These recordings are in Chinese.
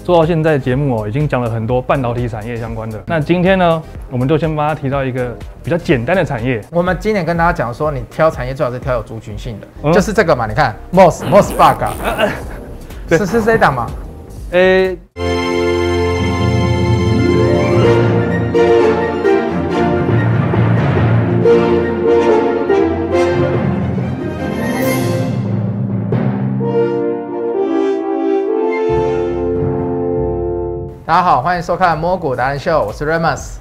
做到现在节目已经讲了很多半导体产业相关的。那今天呢，我们就先帮他提到一个比较简单的产业。 我们今年跟大家讲说，你挑产业最好是挑有族群性的，就是这个嘛。你看 Mosfet 是这一档吗？大家好，欢迎收看摸股达人秀，我是 Remus，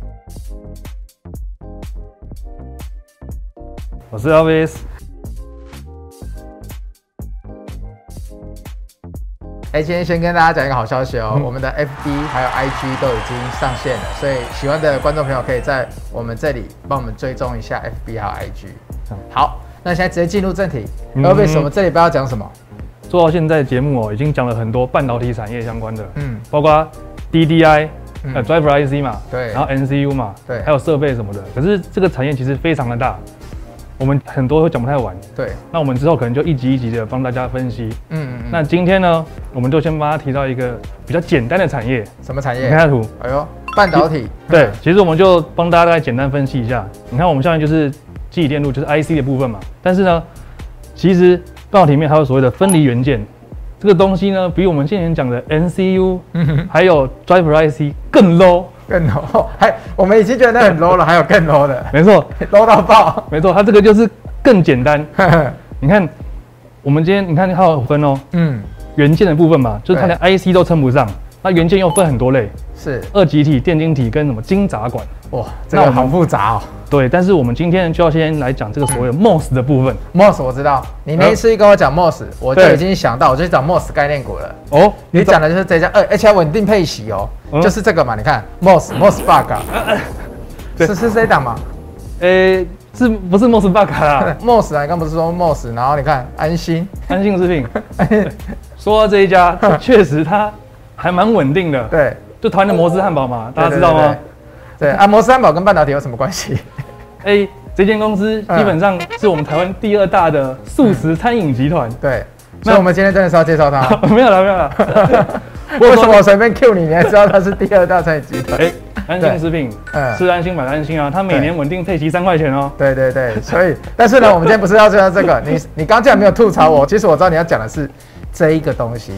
我是 Elvis。 今天先跟大家讲一个好消息哦，我们的 FB 还有 IG 都已经上线了，所以喜欢的观众朋友可以在我们这里帮我们追踪一下 FB 还有 IG。好，那现在直接进入正题，Elvis，我们这里不知道讲什么？ 做到现在节目已经讲了很多半导体产业相关的，包括 DDI、Driver IC 嘛， 对， 然后 MCU 嘛，对，还有设备什么的。可是这个产业其实非常的大，我们很多会讲不太完。对，那我们之后可能就一集一集的帮大家分析。那今天呢，我们就先帮他提到一个比较简单的产业。 什么产业？ 你看下图。 哎呦，半导体。 对，其实我们就帮大家大概简单分析一下。你看我们下面就是记忆电路，就是 IC 的部分嘛。但是呢，其实半导体里面还有所谓的分离元件，这个东西呢，比我们先前讲的 MCU，还有 Driver IC 更 low， 更 low， 我们已经觉得很 low 了，还有更 low 的， 没错 ，low 到爆， 没错，它这个就是更简单。你看，我们今天你看它有分哦，元件的部分嘛，就是它连 IC 都称不上，那元件又分很多类，是二极体、电晶体跟什么晶杂管， 哇，这个好复杂哦。对， 但是我们今天就要先来讲这个所谓的 MOS 的部分。 MOS 我知道，你那一次一跟我讲 MOS， 我就已经想到，我就去找 MOS 概念股了。哦，你讲的就是这家，而且稳定配息哦，就是这个嘛。你看 Mosfet， 是这一档吗？ 是不是 Mosfet 啊 ？MOS 啊，你刚不是说 MOS， 然后你看安心食品。说到这一家，确实它还蛮稳定的。对，就台湾的摩斯汉堡嘛，大家知道吗？对啊， 摩斯汉堡跟半导体有什么关系？ 这间公司基本上是我们台湾第2大的素食餐饮集团。 对，那我们今天真的是要介绍它？ 没有了。 为什么我随便 Q 你，你还知道它是第2大餐饮集团？ 安心食品，吃安心买安心啊，它每年稳定配息3块钱哦。 对，所以，但是呢，我们今天不是要介绍这个，你刚才没有吐槽我，其实我知道你要讲的是这一个东西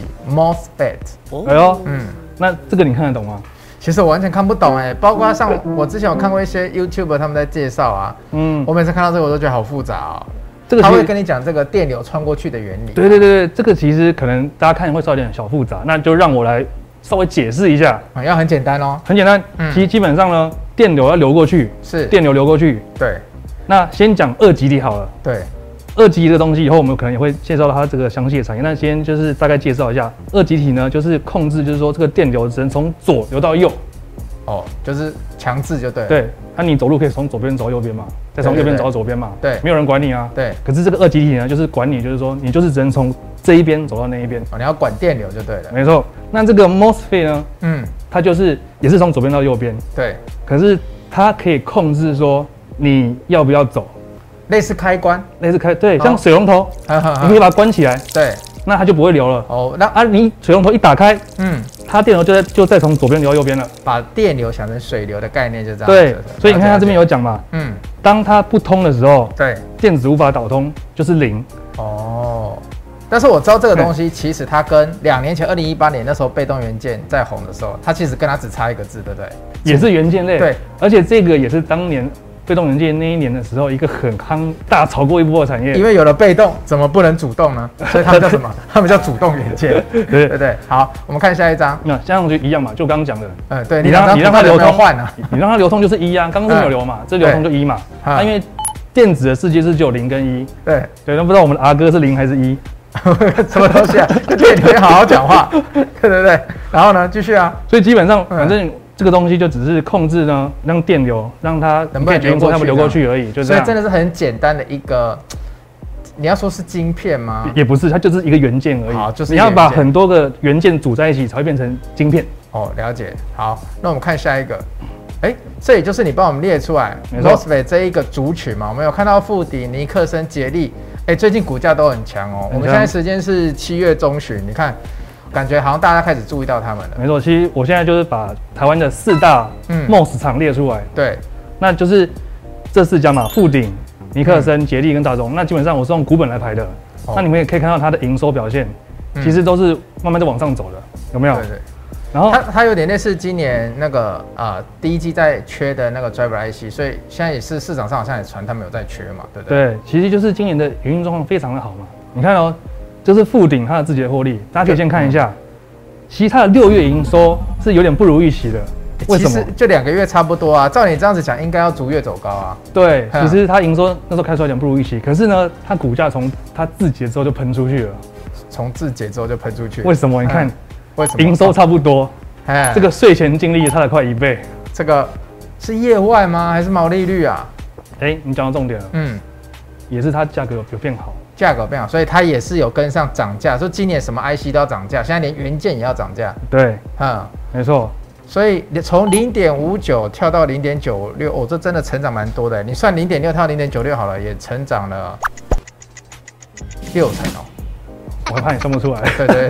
，Mosfet。 哎呦，那这个你看得懂吗？ 其实我完全看不懂包括像我之前有看过一些 YouTuber 他们在介绍啊，我每次看到这个我都觉得好复杂哦。这个他会跟你讲这个电流穿过去的原理。 对，这个其实可能大家看会稍微有点小复杂，那就让我来稍微解释一下。 要很简单哦， 很简单。基本上呢，电流要流过去，是电流流过去。对，那先讲二极体好了。对。二极体这个东西以后我们可能也会介绍到它这个详细的产业，那先就是大概介绍一下二极体呢，就是控制，就是说这个电流只能从左流到右， 就是强制就对了。对， 那你走路可以从左边走到右边嘛，再从右边走到左边嘛，对，没有人管你啊。对，可是这个二极体呢，就是管你，就是说你就是只能从这一边走到那一边， 你要管电流就对了。 没错，那这个 Mosfet 呢，它就是也是从左边到右边，对，可是它可以控制说你要不要走。 类似开关， 对，像水龙头，你可以把它关起来，对，那它就不会流了。那你水龙头一打开，它电流就再从左边流到右边了。 把电流想成水流的概念就这样。 对，所以你看它这边有讲嘛，当它不通的时候，对，电子无法导通就是0。 但是我知道这个东西其实它跟2年前2018年那时候被动元件在红的时候，它其实跟它只差一个字，对不对？ 也是元件类，对，而且这个也是当年被动元件那一年的时候，一个很夯大炒过一波的产业。 因为有了被动，怎么不能主动呢？所以他们叫什么？他们叫主动元件，对。好，我们看下一张。 那下一张就一样嘛，就刚刚讲的。 对，你让它流通换啊， 你让它流通就是1啊，刚刚是没有流嘛，这流通就1嘛。因为电子的世界是只有0跟1。对，那不知道我们的R哥是0还是1？ 什么东西啊？对，你好好讲话。对。然后呢，继续啊。 所以基本上，反正。这个东西就只是控制呢，让电流让它能不能流过去而已，就这样。 所以真的是很简单的一个，你要说是晶片吗？ 也不是，它就是一个元件而已。好，就是你要把很多个元件组在一起，才会变成晶片。 了解。好，那我们看下一个。这也就是你帮我们列出来 Mosfet 这一个族群嘛。我们有看到富鼎、尼克森、杰力，最近股价都很强哦。我们现在时间是7月中旬，你看感觉好像大家开始注意到他们了。 没错，其实我现在就是把台湾的4大MOS 厂列出来。 对， 那就是这4家嘛，富鼎、尼克森、捷力跟大众。那基本上我是用股本来排的。那你们也可以看到它的营收表现，其实都是慢慢在往上走的，有没有？ 对。然后它有点类似今年那个第一季在缺的那个 Driver IC， 所以现在也是市场上好像也传他们有在缺嘛，对不对？ 对，其实就是今年的营运状况非常的好嘛。你看哦，这是富鼎它的自己的获利，大家可以先看一下。其实它的6月营收是有点不如预期的，为什么？ 其实就2个月差不多啊，照你这样子讲，应该要逐月走高啊。 对，其实它营收那时候开出来有点不如预期，可是呢，它股价从它自结之后就喷出去了。 从自结之后就喷出去？ 为什么？你看， 为什么？ 营收差不多。这个税前净利差了快1倍， 这个是业外吗？还是毛利率啊？ 你讲到重点了，也是它价格有变好， 价格变好，所以它也是有跟上涨价，说今年什么 IC 都要涨价，现在连元件也要涨价， 对，没错， 所以从0.59跳到0.96，哦，这真的成长蛮多的，你算0.6跳到0.96好了，也成长了60%哦。 我怕你算不出来。 对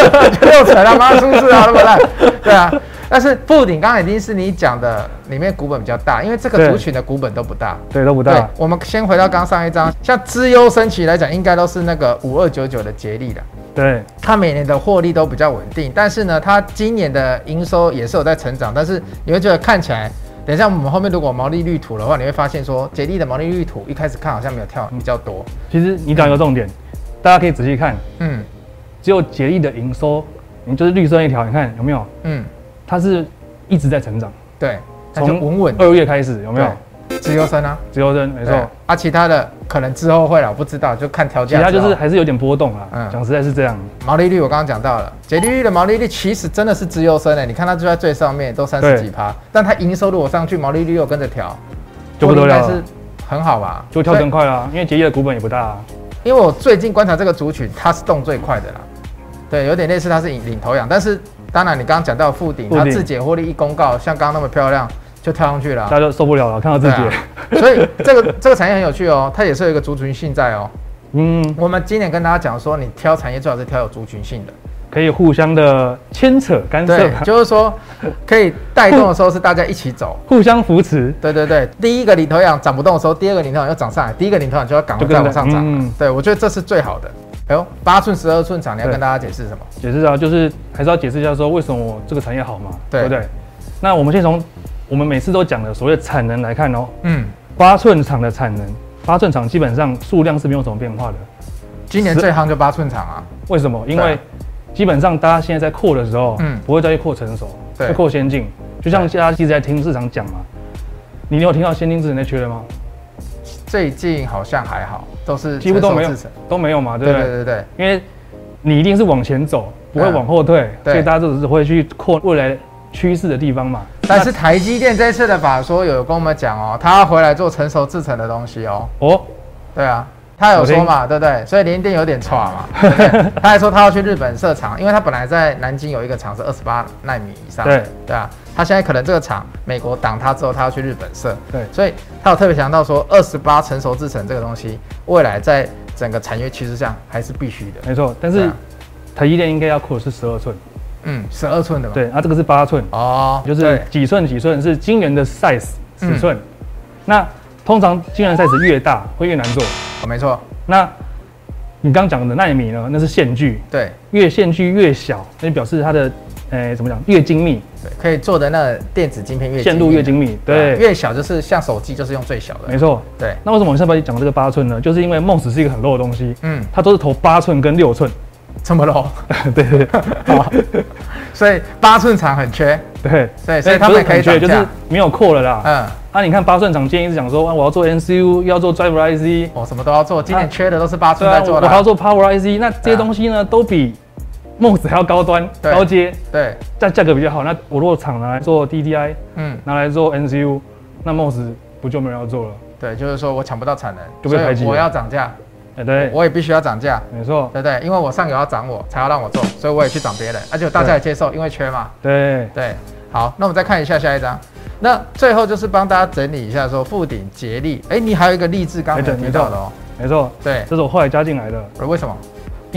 ，6成啊，妈出事啊，那么烂。对啊，但是富鼎刚刚已经是你讲的里面股本比较大，因为这个族群的股本都不大。 对，都不大。 我们先回到刚上一张，像资优升级来讲，应该都是那个5299的捷力的。 对， 它每年的获利都比较稳定，但是呢，它今年的营收也是有在成长，但是你会觉得看起来，等一下我们后面如果毛利率图的话，你会发现说捷力的毛利率图一开始看好像没有跳比较多。 其实你讲一个重点。大家可以仔细看，只有捷力的营收，你就是绿色那条，你看有没有？它是一直在成长， 对， 从稳2月开始有没有？ 资优生啊， 资优生没错。 其他的可能之后会了，我不知道，就看条件。 其他就是还是有点波动啊，讲实在是这样。 毛利率我刚刚讲到了，捷力的毛利率其实真的是资优生你看它就在最上面，都30几%，但它营收如果上去，毛利率又跟着调， 就不得了， 是很好吧？ 就跳更快啦，因为捷力的股本也不大。 因为我最近观察这个族群，它是动最快的啦，对，有点类似它是领头羊，但是当然你刚刚讲到富鼎，它自己获利一公告，像刚刚那么漂亮，就跳上去了， 大家就受不了了，看到自己。 所以这个产业很有趣哦，它也是有一个族群性在哦。我们今年跟大家讲说，你挑产业最好是挑有族群性的。 可以互相的牵扯干涉， 对，就是说可以带动的时候是大家一起走， 互相扶持。 对，第一个领头羊涨不动的时候，第二个领头羊又涨上来，第一个领头羊就要赶快再往上涨。对，我觉得这是最好的。8寸、12寸厂，你要跟大家解释什么？ 解释啊，就是还是要解释一下说为什么我这个产业好嘛，对不对？那我们先从我们每次都讲的所谓的产能来看哦。8寸厂的产能，8寸厂基本上数量是没有什么变化的。 今年最夯就8寸厂啊？ 为什么？因为基本上大家现在在扩的时候，不会再去扩成熟，会扩先进。就像大家一直在听市场讲嘛，你有听到先进制程在缺了吗？ 最近好像还好，都是几乎都没有嘛，对不对？ 对， 因为你一定是往前走，不会往后退，所以大家都只会去扩未来趋势的地方嘛。 但是台积电这次的法说有跟我们讲哦，他要回来做成熟制程的东西哦。对啊。他有说嘛，对不对？所以联电有点差嘛，对不对？他还说他要去日本设厂，因为他本来在南京有一个厂是28奈米以上，对啊。他现在可能这个厂美国挡他之后，他要去日本设，对，所以他有特别强调说28成熟制程这个东西，未来在整个产业趋势上还是必须的。 没错，但是台积电应该要扩的是12寸 ，12寸的嘛。 对，这个是8寸哦，就是几寸是晶圆的 size 10寸，那。通常晶圆 size 越大会越难做， 没错。 那你刚讲的奈米呢？那是线距， 对， 越线距越小，那就表示它的，怎么讲？越精密， 对，可以做的那电子晶片越线路越精密，对， 越小就是像手机就是用最小的， 没错， 对。 那为什么我现在讲这个8寸呢？就是因为MOS是一个很 low 的东西，它都是投8寸跟6寸， 这么 low， 对，好， 所以8寸厂很缺， 对， 所以他们可以涨价， 就是没有扩了啦，你看8寸厂今天一直讲说，我要做 NCU， 要做 Driver IC， 什么都要做。今年缺的都是8寸在做的。 我要做 Power IC， 那这些东西呢，都比 MOS 还要高端、高阶， 对， 但价格比较好。那我如果厂拿来做 DDI， 拿来做 NCU， 那 MOS 不就没人要做了？ 对，就是说我抢不到产能， 就被排挤。 我要涨价， 对， 我也必须要涨价， 没错， 对不对？因为我上游要涨我，才要让我做，所以我也去涨别人，而且大家也接受，因为缺嘛。 对。 好，那我们再看一下下一张。那最后就是帮大家整理一下，说富鼎、捷力，你还有一个励志刚才提到的哦。 没错， 对， 这是我后来加进来的。 为什么？ 因为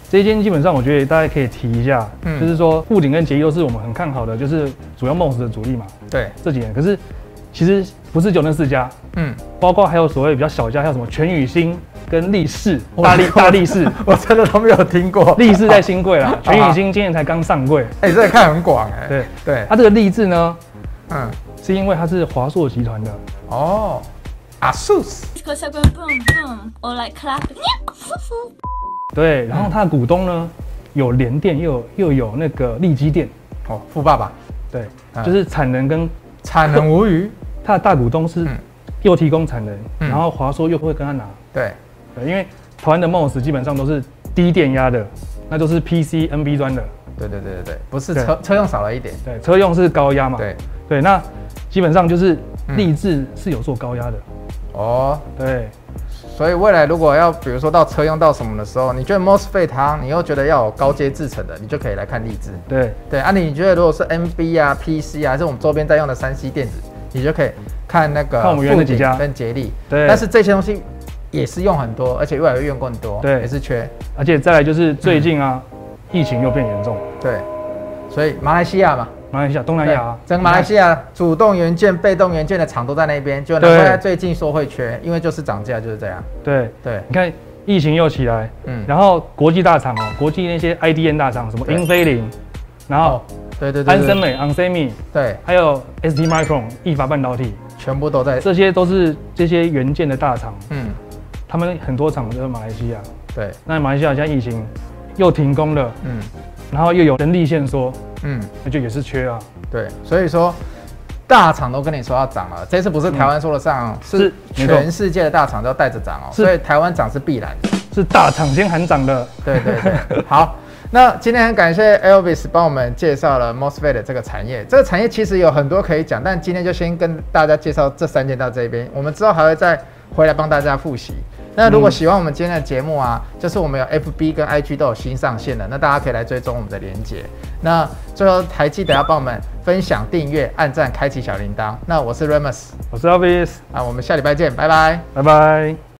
这一间基本上我觉得大家可以提一下，就是说富鼎跟捷翼都是我们很看好的，就是主要 MOS 的主力嘛。 对， 这几年，可是其实不是就那4家，包括还有所谓比较小家，还有什么全宇星跟力士、大力士， 我真的都没有听过。 力士在新贵啦，全宇星今年才刚上柜。 哎，这个看很广哎。 对对， 它这个力志呢，是因为它是华硕集团的。 哦，ASUS。 对，然后它的股东呢有联电，又有那个力积电。 哦，富爸爸。 对，就是产能无虞。 它的大股东是又提供产能，然后华硕又会跟他拿。 对， 因为台湾的 MOS 基本上都是低电压的，那都是 PC NB 端的。 对，不是车用少了一点。 对，车用是高压嘛。 对， 那基本上就是力志是有做高压的。 哦， 对。 所以未来如果要比如说到车用到什么的时候，你觉得 MOSFET 它你又觉得要有高阶制程的，你就可以来看力志。对啊，你觉得如果是 NB 啊、PC 啊，还是我们周边在用的3C 电子，你就可以看那个富鼎跟捷力。 对， 但是这些东西也是用很多，而且越来越用更多， 对， 也是缺。 而且再来就是最近啊，疫情又变严重。 对，所以马来西亚嘛。 东南亚啊， 整个马来西亚主动元件、被动元件的厂都在那边，就难怪最近说会缺，因为就是涨价就是这样。 对，你看疫情又起来，然后国际大厂国际那些 IDM 大厂，什么英飞凌，然后对， 安森美、onsemi， 对， 还有 STMicron、意法半导体， 全部都在， 这些都是这些元件的大厂，他们很多厂都在马来西亚。 对， 那马来西亚现在疫情又停工了，然后又有人力限缩，那就也是缺啊。 对，所以说大厂都跟你说要涨了，这次不是台湾说了算，是全世界的大厂都要带着涨哦，所以台湾涨是必然的， 是大厂先喊涨的。 对，好，那今天很感谢 Elvis 帮我们介绍了 MOSFET 的这个产业，这个产业其实有很多可以讲，但今天就先跟大家介绍这3件到这边，我们之后还会再回来帮大家复习。那如果喜欢我们今天的节目啊，就是我们有 FB 跟 IG 都有新上线的，那大家可以来追踪我们的连结。那最后还记得要帮我们分享、订阅、按赞、开启小铃铛。那我是 Remus， 我是 Elvis， 我们下礼拜见，拜拜， 拜拜。